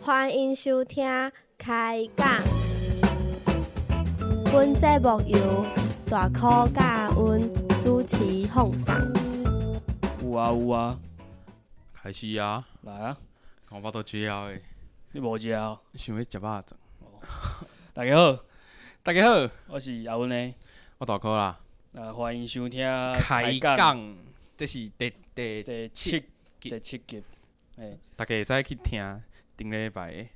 欢迎收听开讲。本节目由大考教阮主持奉送。 有啊有啊， 开始啊！ 来啊！ 我巴肚食的， 你无食哦？ 想要食肉粽。 大家好， 大家好， 我是阿文呢。 我大考啦。 欢迎收听开讲讲，这是第第七七集。 大家会使去听顶礼拜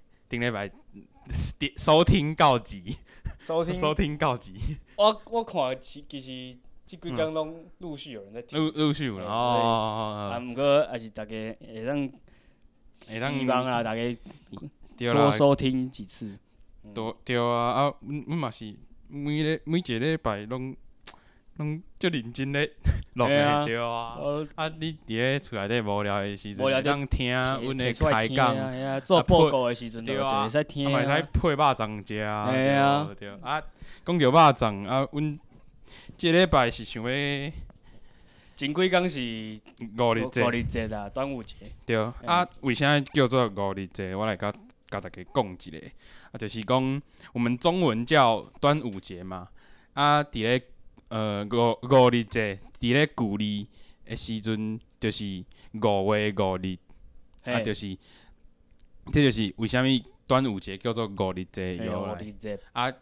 收听告急，收听告急。 我看其实这几天拢陆续有人在听， 陆续有啦哦。 毋过还是大家会当希望啦，大家多收听几次。 对啊，阮嘛是每一个礼拜拢足认真咧录的，对啊。你伫咧厝内底无聊的时阵，会当听阮的开讲， 做报告的时阵， 对啊， 会使听嘛会使配肉粽食啊，对。讲到肉粽啊，阮即礼拜是想要前几天是五日节啦，端午节。对。 为啥叫做五日节？我来甲大家讲一下，就是讲我们中文叫端午节嘛，伫咧五日节，伫咧旧历的时阵，就是5月5日，就是这就是为虾米端午节叫做五日节的由来。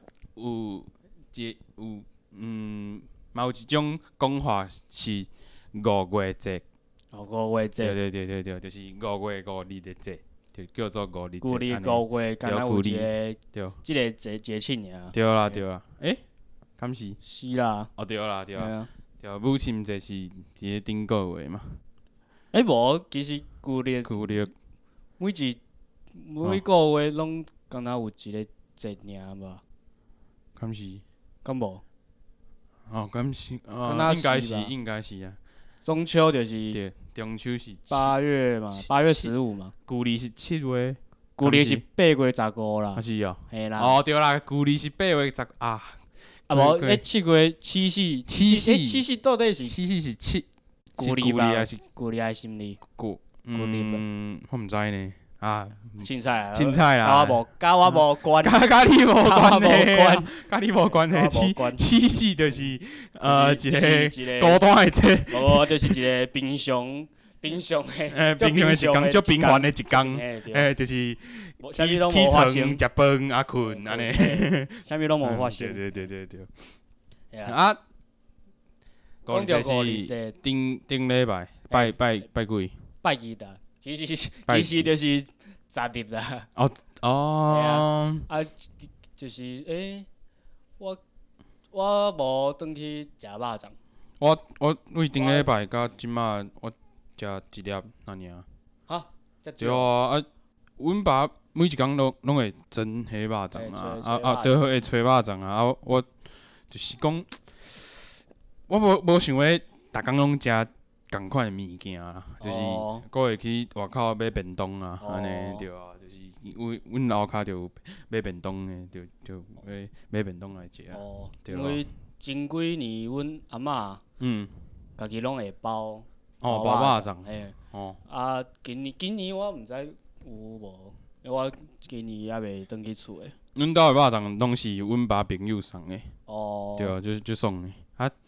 嘛有一种讲法是5月节。 5月节。 对，就是5月5日的节，就叫做五日节。 旧历5月，敢若有一个，即个节庆尔。 对啦，敢是？ 是啦。 对啦。对，母亲节是伫咧顶个月嘛。 无，其实旧历每个月拢敢若有一个节尔吧？ 敢是？ 敢无？ 敢是？应该是啊。 中秋就是。 对，中秋是 8月嘛，8月15嘛。 旧历是7月。 旧历是8月15啦。 是哦。 嘿啦。 对啦，旧历是8月10啊。 无，7月七夕到底是？ 七夕是旧历吧？旧历还是新历？ 旧历我毋知呢。 凊彩啦， 甲我无关， 甲你无关，甲你无关系。七夕就是一个孤单的节， 无就是一个平常的， 平常的一天，足平凡的一天，就是起床食饭困安尼， 啥物拢无发生。 对。五日节是顶礼拜拜几？ 拜日啦。其实就是10日啦。就是我无转去食肉粽。 我为顶礼拜到即马，我食1粒那尔。对啊，阮爸每一工拢会蒸迄肉粽啊，对，会吹肉粽啊。我就是讲，我无想要逐工拢食共款的物件啦，就是我会去外口买便当啊，安尼对啊，就是阮楼骹就有买便当的，就买便当来食啊。 因为前几年阮阿嬷家己拢会包肉粽。 今年我毋知有无，我今年还袂转去厝诶。 阮兜的肉粽拢是阮爸朋友送的。对啊，就是送的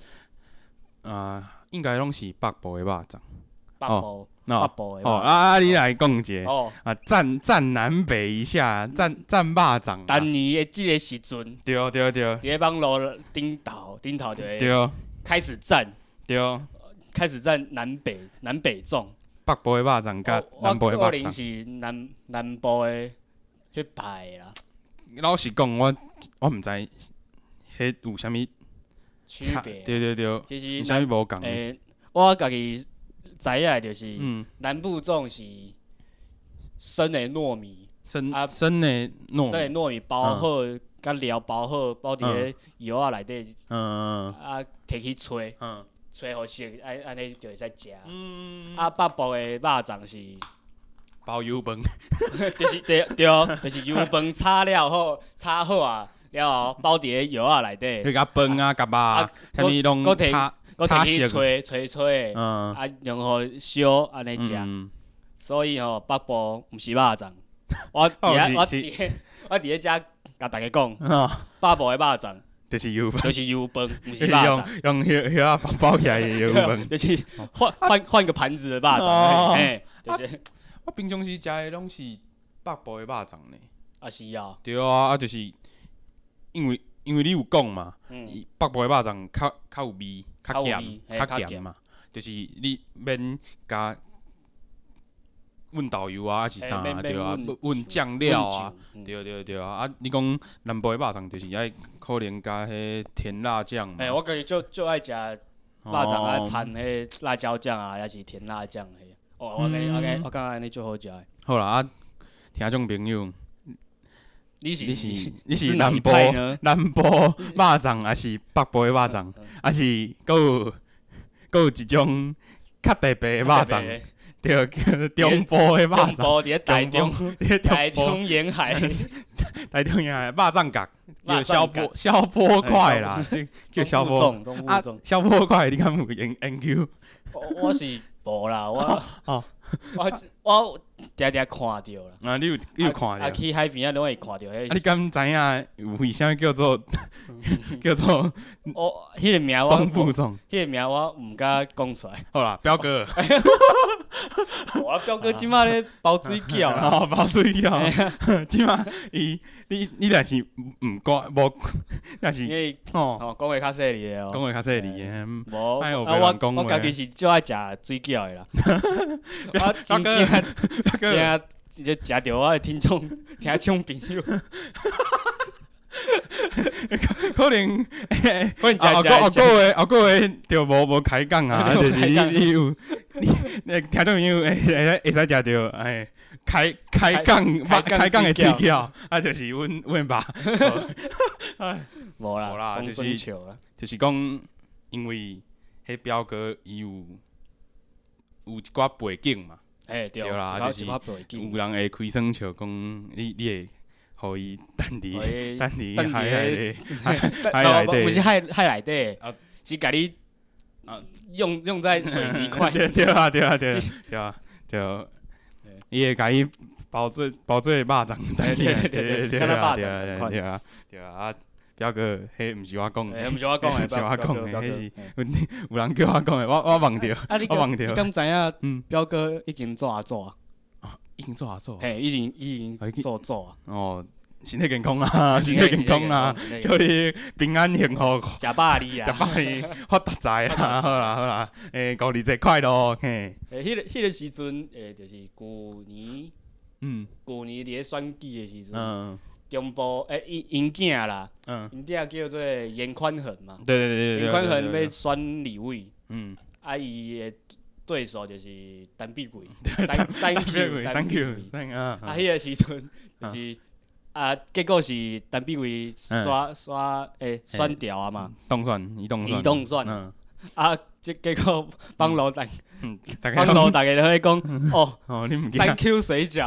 应该拢是北部的肉粽。 北部的。 你来讲一下。占南北一下，占肉粽。 但年的即个时阵。 对。 伫咧网络顶头就会。 对。 开始占。 对。 开始占南北粽。 北部的肉粽甲南部的肉粽。 我个人是南部的迄派啦。 老实讲，我毋知迄有啥物区别。 对，其实有啥物无共？ 我家己知影就是南部粽是生的糯米， 生的糯米包好，甲料包好，包伫咧油仔内底，摕去吹，吹好熟，安尼就会使食。北部的肉粽是包油饭， 就是对，就是油饭炒了好了后包伫咧油仔内底， 迄甲饭甲肉，啥物拢炒熟，吹，用互烧安尼食。所以北部毋是肉粽， 我伫咧遮甲大家讲，百步的肉粽就是油饭， 就是油饭，毋是肉粽。 用叶啊包起来的油饭， 就是换个盘子的肉粽，嘿，就是。 我平常时食的拢是北部的肉粽呢。 啊是啊。 对啊，就是因为你有讲嘛，北部的肉粽较有味，较咸嘛，就是你免加混豆油啊，还是啥对啊，混酱料啊，对啊。啊，你讲南部的肉粽就是爱可能加迄甜辣酱嘛。 我家己就爱食肉粽啊，掺迄辣椒酱啊，还是甜辣酱迄。我感觉安尼最好食诶。 好啦，啊，听众朋友，你是南部肉粽，还是北部的肉粽，还是佫有一种较特别的肉粽，对，叫中部的肉粽。 中部伫台中沿海， 台中沿海肉粽角，叫小波块啦，叫小波。啊，小波块你敢有研究？ 我是无啦，我定看着啦。 啊，你有看着？ 啊，去海边啊，拢会看着迄。 你敢知影为啥叫做哦，迄个名我中部粽， 迄个名我毋敢讲出来。 好啦，表哥。 我表哥即马咧包水饺啦， 包水饺。即马你若是毋管无，若是讲话较犀利哦。 讲话较犀利诶， 无我家己是最爱食水饺诶啦。我真惊食着我诶听众朋友。 可能后个月就无开讲啊，就是你有听众朋友会使食着开讲的水饺，啊就是阮爸。 无啦， 就是讲，因为迄表哥伊有一寡背景嘛， 对啦，就是有人会开耍笑讲你会。互伊等伫海内底， 不是海内底，是甲你用在水泥块。 对啊，伊会甲伊包做肉粽，对啊，表哥，迄毋是我讲的， 毋是我讲的， 迄是有人叫我讲的，我忘着。 你敢知影？表哥已经做啊？ 已经做。 嘿，已经做啊。 哦，身体健康啦，祝你平安幸福， 食百里啊， 发大财啦，好啦，5日节快乐，嘿。 迄个时阵，就是旧年伫咧选举的时阵，中部因囝啦，因囝叫做严宽恒嘛， 对， 严宽恒要选立委，啊伊的对手就是陈碧桂，Thank you，啊，迄个时阵就是啊，结果是陈碧桂选掉啊嘛， 伊当选， 啊，结果帮老大家都会讲哦， 你毋惊 ，Thank you 水饺，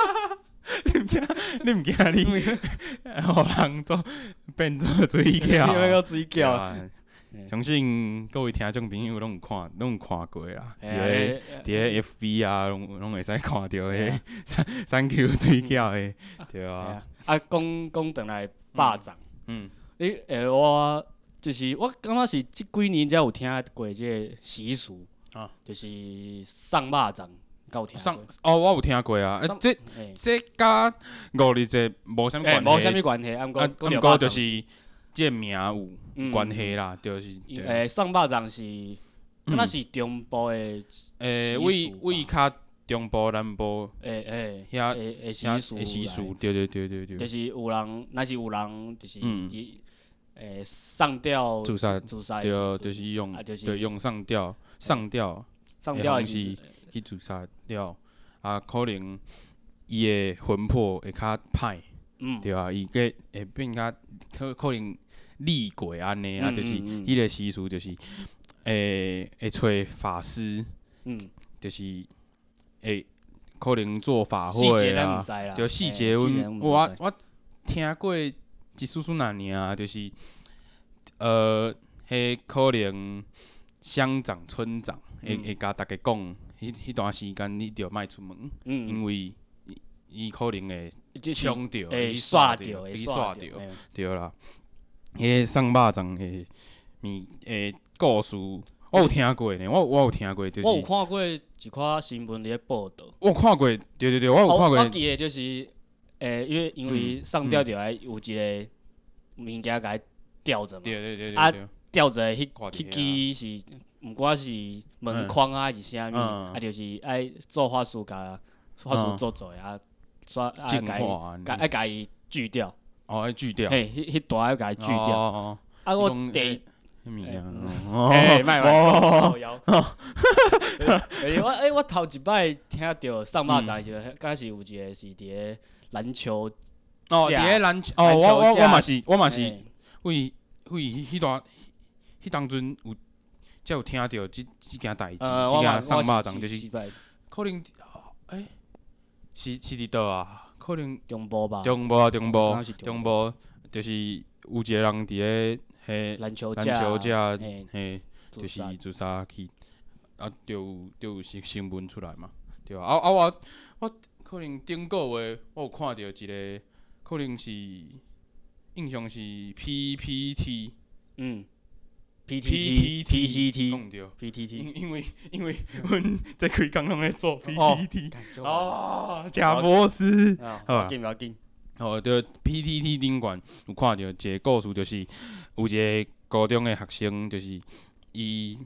你毋惊你，互人做变做水饺， 要水饺。 相信各位听众朋友拢有看过啦，伫咧 FB 啊，拢会使看到迄3 Q 水饺的，对啊。 啊，讲转来肉粽，我就是我感觉是即几年才有听过即个习俗，就是送肉粽，有听过？ 我有听过啊，这甲5日节无啥物关系， 无啥物关系，啊， 毋过就是即个名有关系啦，就是。 送肉粽是，敢若是中部的为较中部南部遐习俗，对。 就是有人就是上吊自杀，对，就是用上吊的是去自杀了，啊，可能伊的魂魄会较歹，对啊，伊个会变较可能厉鬼安尼啊，就是迄个习俗就是会找法师，就是会可能做法会啊，对细节我听过一丝丝那尔，就是迄可能乡长村长会甲大家讲，迄段时间你着莫出门，因为伊可能会冲着， 会刷着， 对啦。迄送肉粽的故事，我有听过呢，我有听过，就是我有看过一寡新闻咧报道。 我有看过，对，我有看过。 我记得就是，因为送吊着爱有一个物件甲伊吊着嘛， 对。 啊，吊着迄支是，毋管是门框啊还是啥物，啊，就是爱做法术甲法术做啊， 净化， 爱甲伊锯掉。 哦，爱锯掉。 嘿，迄段要甲伊锯掉。啊，我第。 卖， 我头一摆听到送肉粽时，敢是有一个是伫个篮球架。 伫个篮球，我嘛是，为迄当阵才有听到即件代志，即件送肉粽就是可能是伫倒啊？可能中部吧。 中部就是有一个人伫个。 篮球架，就是自杀去，啊，就有新闻出来嘛，对啊。我可能顶个月我有看到一个，可能是印象是 PPT， PTT， 讲着 PTT， 因为阮这开工拢咧做 PPT， 贾博士， 不要紧。 对 PTT 顶悬有看到一个故事，就是有一个高中的学生，就是伊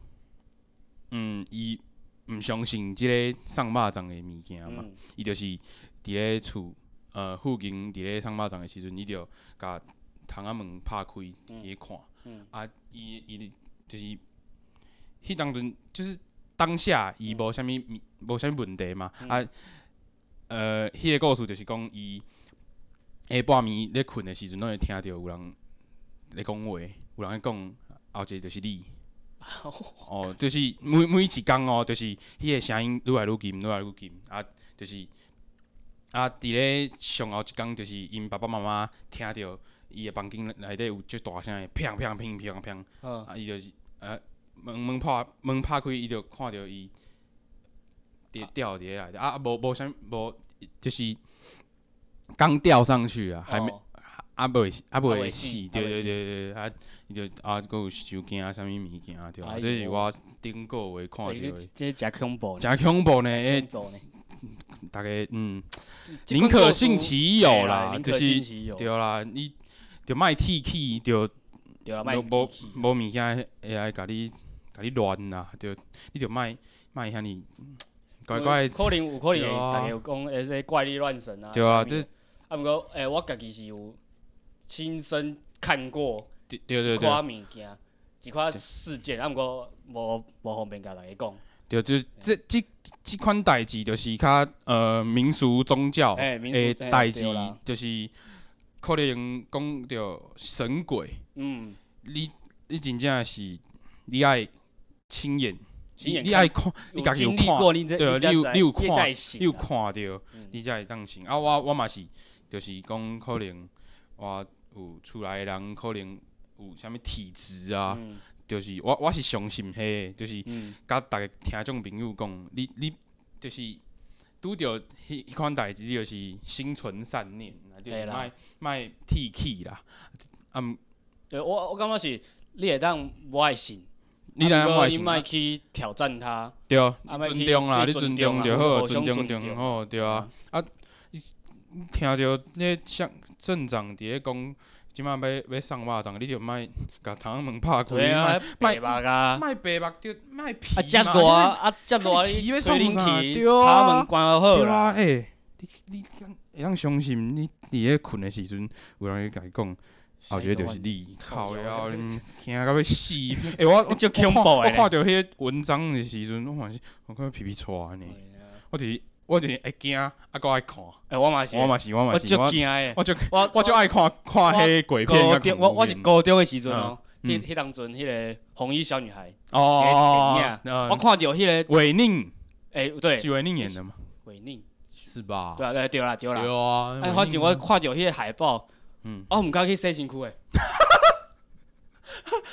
毋相信即个送肉粽的物件嘛，伊就是伫咧厝附近伫咧送肉粽的时阵，伊就甲窗仔门拍开伫咧看，啊伊就是迄当阵就是当下伊无啥物问题嘛，迄个故事就是讲伊。下半暝咧困的时阵，拢会听到有人咧讲话，有人咧讲，后一个就是你。就是每一工哦，就是迄个声音愈来愈近，就是伫咧上后一工，就是因爸爸妈妈听到伊的房间内底有足大声的砰砰砰砰砰，伊就是门拍开，伊就看到伊吊伫咧内底，无啥无就是。刚吊上去啊，还没未死，对，伊就佫有受惊啥物物件对啊，这是我顶个月看到的。 这真恐怖。 真恐怖呢！大家宁可信其有啦，就是对啦，你着莫铁起，着无物件会来甲你乱啦，你着莫遐尼怪。 可能有可能，大家有讲会说怪力乱神啊。 对啊，这。 毋过，我家己是有亲身看过一寡物件，一寡事件，毋过无方便甲大家讲。 对，就是即款代志，就是较民俗宗教的代志，就是可能讲着神鬼。你真正是你爱亲眼。你爱看，你家己有看，对，你有看到，你才会当信。我嘛是。就是讲，可能我有厝内人可能有啥物体质啊，就是我是相信迄个，就是甲逐个听众朋友讲，你就是拄着迄款代志，你就是心存善念，就是莫铁起啦。 对，我感觉是你会当无爱信， 你当然莫信， 你莫去挑战他。 对，尊重啦，你尊重就好，尊重就好，对啊。听着咧像镇长伫咧讲，即摆要送肉粽，你着莫甲窗仔门拍开， 莫白目着莫皮嘛。 遮热遮热， 你吹冷气， 窗仔门关好啦。 你会当相信你伫咧困的时阵，有人去甲伊讲，后一个就是你，靠腰，惊到要死。我足恐怖我看着迄个文章的时阵，我感觉皮喘呢。我就是会惊，搁爱看。 我嘛是，我足惊的。 我足爱看迄鬼片。 我是高中的时阵哦，迄当阵迄个红衣小女孩。我看到迄个韦宁。 对。 是韦宁演的吗？ 韦宁。 是吧？ 对啦。对啊。 反正我看到迄个海报，我毋敢去洗身躯诶。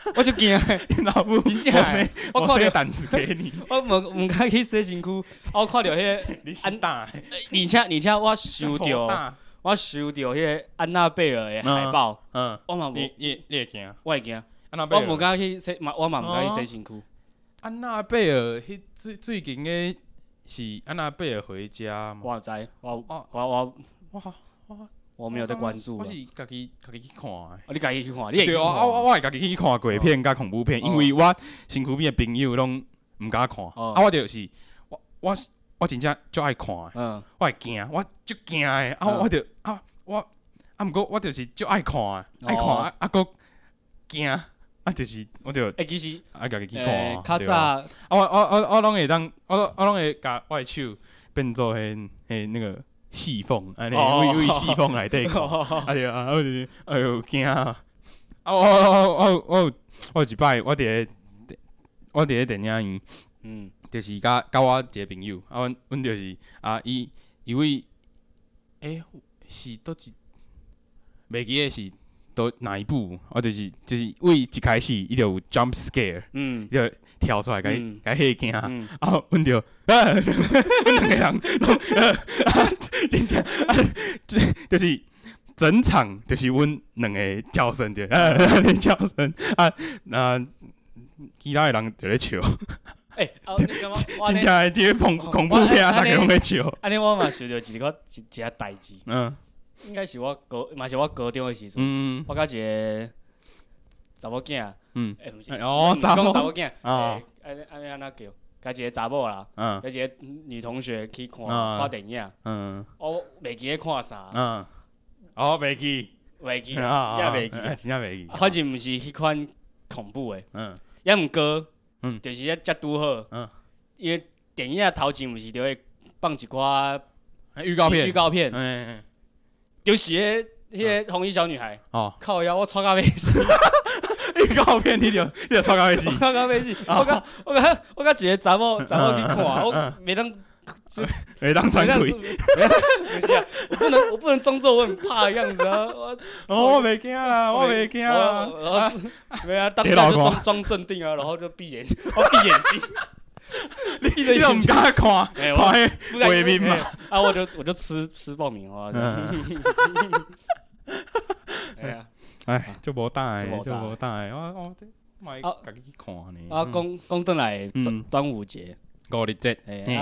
我就惊诶， 老母， 真正诶，我看着胆子给你， 我毋敢去洗身躯，我看着迄个， 你是大， 而且我想着迄个安娜贝尔诶海报，我嘛无， 你会惊？ 我会惊， 我无敢去洗，我嘛毋敢去洗身躯。 安娜贝尔，迄最近诶是安娜贝尔回家嘛？ 我知，我没有在关注。 我是家己去看诶。 你家己去看，你会去看？ 我会家己去看鬼片甲恐怖片，因为我身躯边诶朋友拢毋敢看，我就是我真正足爱看诶，我会惊，我足惊诶，毋过我就是足爱看诶，搁惊。就是我就其实家己去看， 较早我拢会当，我拢会甲我的手变做那个细缝，安尼为细缝内底看，对啊，我就是哎呦惊啊！我有一摆我伫咧电影院，就是甲我一个朋友，阮就是伊位是倒一，袂记诶是。都哪一部？我就是为一开始伊就有 jump scare， 伊就跳出来，甲迄惊，阮就阮两个人，真正就是整场就是阮两个叫声着，叫声其他的人就咧笑。真正诶，即个恐怖片，大家拢咧笑。 安尼我嘛想着一个代志。应该是我高中的时阵，我甲一个查某囝，毋是，查某囝，安怎叫？甲一个查某啦，甲一个女同学去看电影，我袂记咧看啥， 袂记， 真正袂记，反正毋是迄款恐怖的，也毋过，就是咧遮拄好，因为电影头前毋是就会放一寡预告片。 就是迄个红衣小女孩，靠腰我错到要死。 预告片你就错到要死， 错到要死。我甲一个查某去看，我袂当惭愧。 不是啊，我不能装作我很怕的样子啊。 我袂惊啦，我袂惊啦。 没啊，当下就装镇定啊，然后就闭眼睛。 你都唔敢看迄画面嘛？ 我就吃爆米花。 哎，就无胆诶，我莫家己去看呢。 讲转来端午节 ，5日节，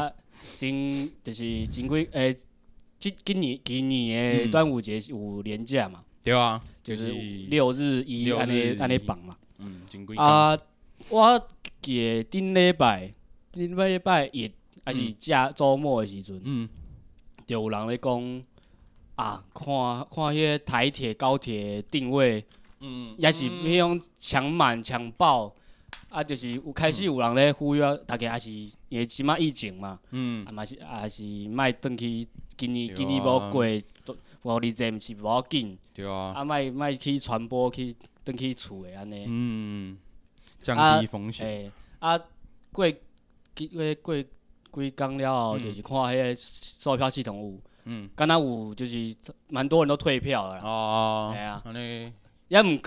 就是今年的端午节有连假嘛？ 对啊， 就是6日1安尼放嘛。 真几天。 我记顶礼拜也还是周末的时阵，就有人咧讲看迄个台铁、高铁定位，也是迄种抢满抢爆，就是开始有人咧呼吁大家，还是因为即马疫情嘛，嘛是也是莫转去今年无过5日节，毋是无要紧， 对啊， 莫去传播去转去厝诶安尼， 降低风险。 过几工了后，就是看迄个售票系统有，敢若有就是蛮多人都退票了啦。系啊，也毋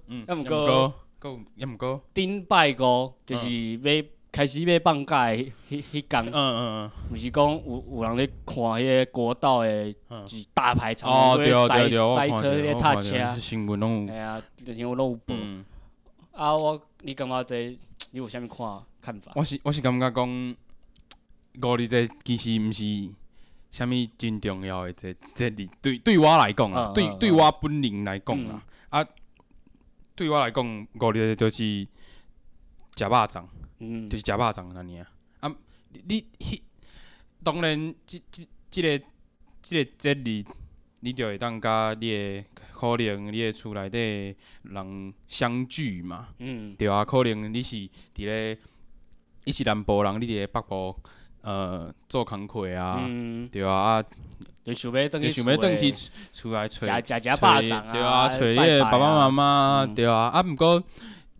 过，顶拜五就是要开始要放假迄工，毋是讲有人咧看迄个国道诶，就是大排长龙，塞车咧踏车， 新闻拢有。 系啊，新闻拢有报。你感觉这你有啥物看法？ 我是感觉讲5日节其实毋是啥物真重要的节日，对我来讲啊，对我本人来讲啊，对我来讲5日节就是食肉粽，就是食肉粽安尼啊。你当然即个节日，你就会当甲你的可能你的厝内底人相聚嘛，对啊，可能你是伫咧。伊是南部人，你伫咧北部，做工课啊，对啊， 就想要转去厝内找， 食肉粽啊， 对啊，找你的爸爸妈妈，对啊，毋过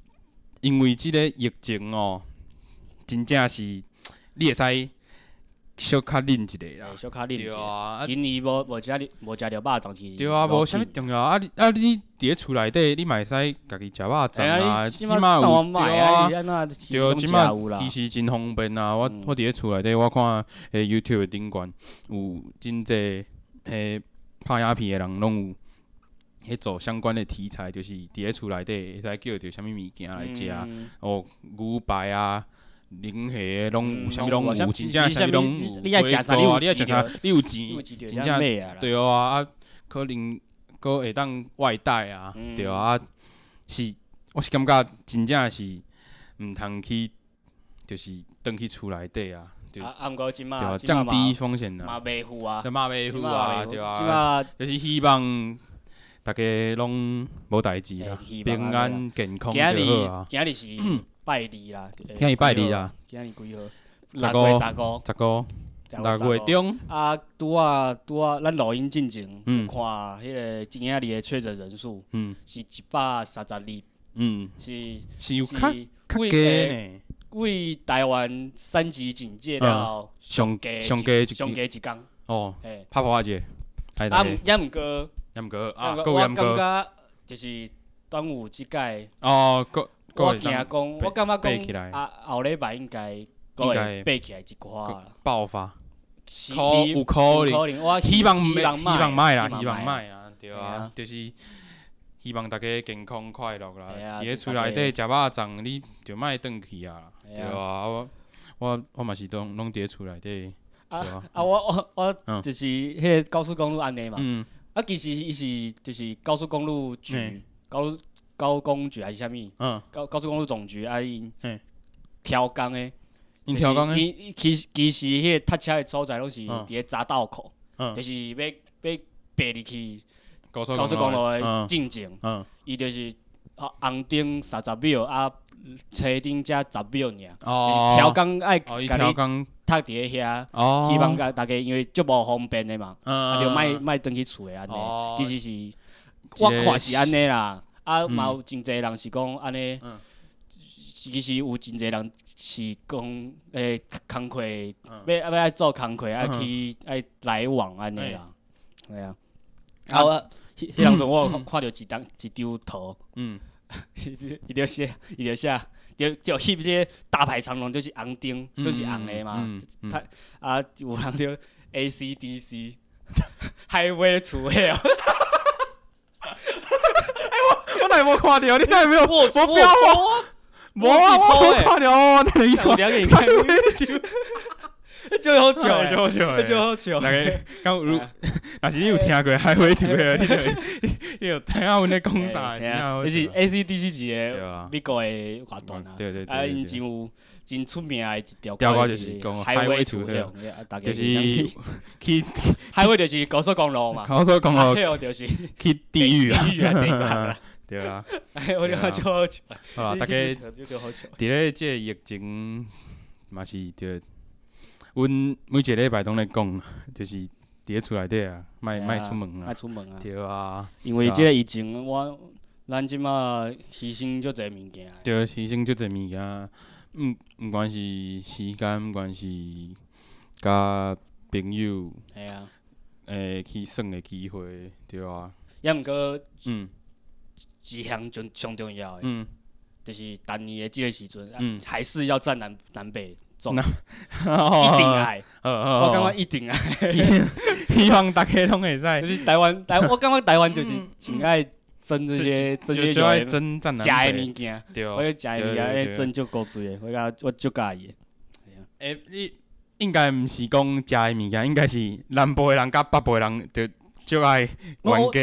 因为即个疫情哦，真正是你会使小较啉一下啦。 小较啉一下。 啊， 今年无食着肉粽是。 对啊，无啥物重要啊！你伫咧厝内底，你嘛会使家己食肉粽啊， 即码有对啊， 对， 即码其实真方便啊！我伫咧厝内底，我看YouTube 顶悬有真济拍影片的人拢有做相关的题材，就是伫咧厝内底会使叫着啥物物件来食，牛排啊。零虾拢有啥物拢有，真正啥物拢有。 你爱食啥？ 你爱食啥？你有钱，真正对啊，可能搁会当外带啊，对啊，我是感觉真正是毋通去，就是转去厝内底啊， 毋过即马降低风险啊， 嘛袂赴啊， 嘛袂赴啊，对啊，就是希望大家拢无代志啦，平安健康就好啊。 今日是。拜二啦， 今日拜二啦， 今日几号 ？10月中。 啊，拄啊，咱录音进前，看迄个今仔日的确诊人数，是132，是有较低呢。为台湾3级警戒了，上加一工。 哦，拍破一个。 也毋过，我感觉就是端午即届。 哦， 我惊讲，我感觉讲后礼拜应该会爬起来一寡啦。 爆发，有可能。我希望歹啦，对啊，就是希望大家健康快乐啦。伫咧厝内底食肉粽，你就莫转去啊，对啊。我嘛是拢伫咧厝内底。 我就是迄个高速公路安尼嘛。其实伊是就是高速公路局高工局还是啥物？高速公路总局因调工诶， 因调工诶。 其实迄个塞车诶所在拢是伫咧匝道口，就是要爬入去高速公路诶进前，伊就是红灯30秒车顶才10秒尔。调工爱甲你塞伫咧遐，希望大家因为足无方便诶嘛，就莫转去厝诶安尼。其实是我看是安尼啦。嘛有真侪人是讲安尼，其实有真侪人是讲工课要爱做工课，爱来往安尼啦，系啊。迄当阵我有看到一张图，伊就写，就翕迄个大排长龙，就是红灯，都是红的嘛。有人就 ACDC 海威厝迄哦。 我哪无看到？你哪没有？我不要我，无啊，我无看到，我等你看。海威就好笑。 大家讲如，若是你有听过海威图的，你有听下阮咧讲啥？ 就是 ACDC 是一个美国的乐团啊。 对。 因真有真出名的一条歌就是讲海威图的，就是去海威就是高速公路嘛。 高速公路就是去地狱啊。 地狱啊， 对啊。 我就好笑。 好啦，大家伫咧即个疫情嘛是着。阮每一个礼拜拢咧讲，就是伫咧厝内底啊，莫出门啊。 莫出门啊。 对啊。 因为即个疫情，咱即马牺牲足侪物件。 对，牺牲足侪物件，毋管是时间，毋管是甲朋友，去耍的机会，对啊。 也毋过，一项上重要的，就是单年的即个时阵，还是要占南北。一定爱，我感觉一定爱。 希望大家拢会使。 就是台湾，我感觉台湾就是真爱争这些就爱争占南北。食的物件， 对， 我食的物件争足够多的，我足介意的。你应该毋是讲食的物件，应该是南部的人甲北部的人就足爱冤家。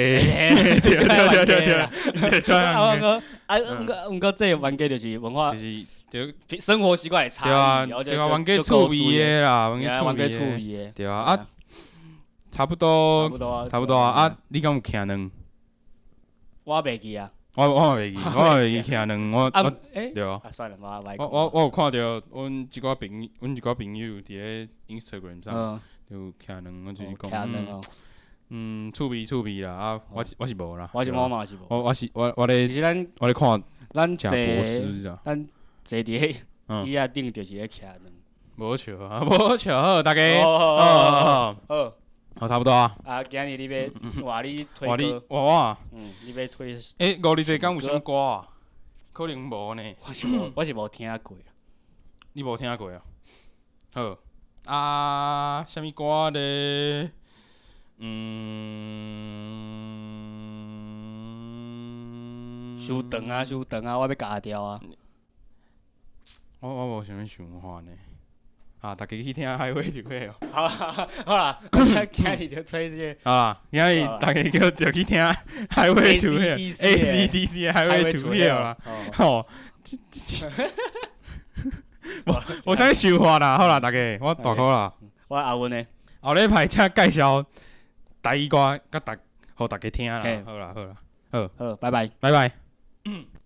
对。毋过这冤家就是文化。就生活习惯的差异， 对啊，冤家趣味的啦，冤家趣味的，对啊，差不多啊，你敢有徛卵？ 我袂记啊， 我袂记徛卵，我对啊。 算了， 我有看到阮一寡朋友伫咧 Instagram 上有徛卵，我就是讲，趣味啦，啊，我是无啦， 我嘛是无， 我咧看咱贾博士啊。 坐伫迄椅仔顶，就是咧徛卵。 无笑啊，无笑好，大家好，差不多啊。 啊，今日你要话你推歌， 我你要推。 五日节敢有啥歌啊？可能无呢。 我是无听过。 你无听过啊？好啊，啥物歌咧？ 收长啊，我要加掉啊。 我无啥物想法呢。啊，大家去听海尾就可以哦。 好啦，今日就推这个。 好啦，今日大家就去听海尾就可以 ，ACDC 的海尾就可以啦。吼，我啥物想法啦？好啦，大家我大考啦。 我阿文呢？ 后礼拜才介绍台语歌，互大家听啦。好啦， 好，拜拜。 拜拜。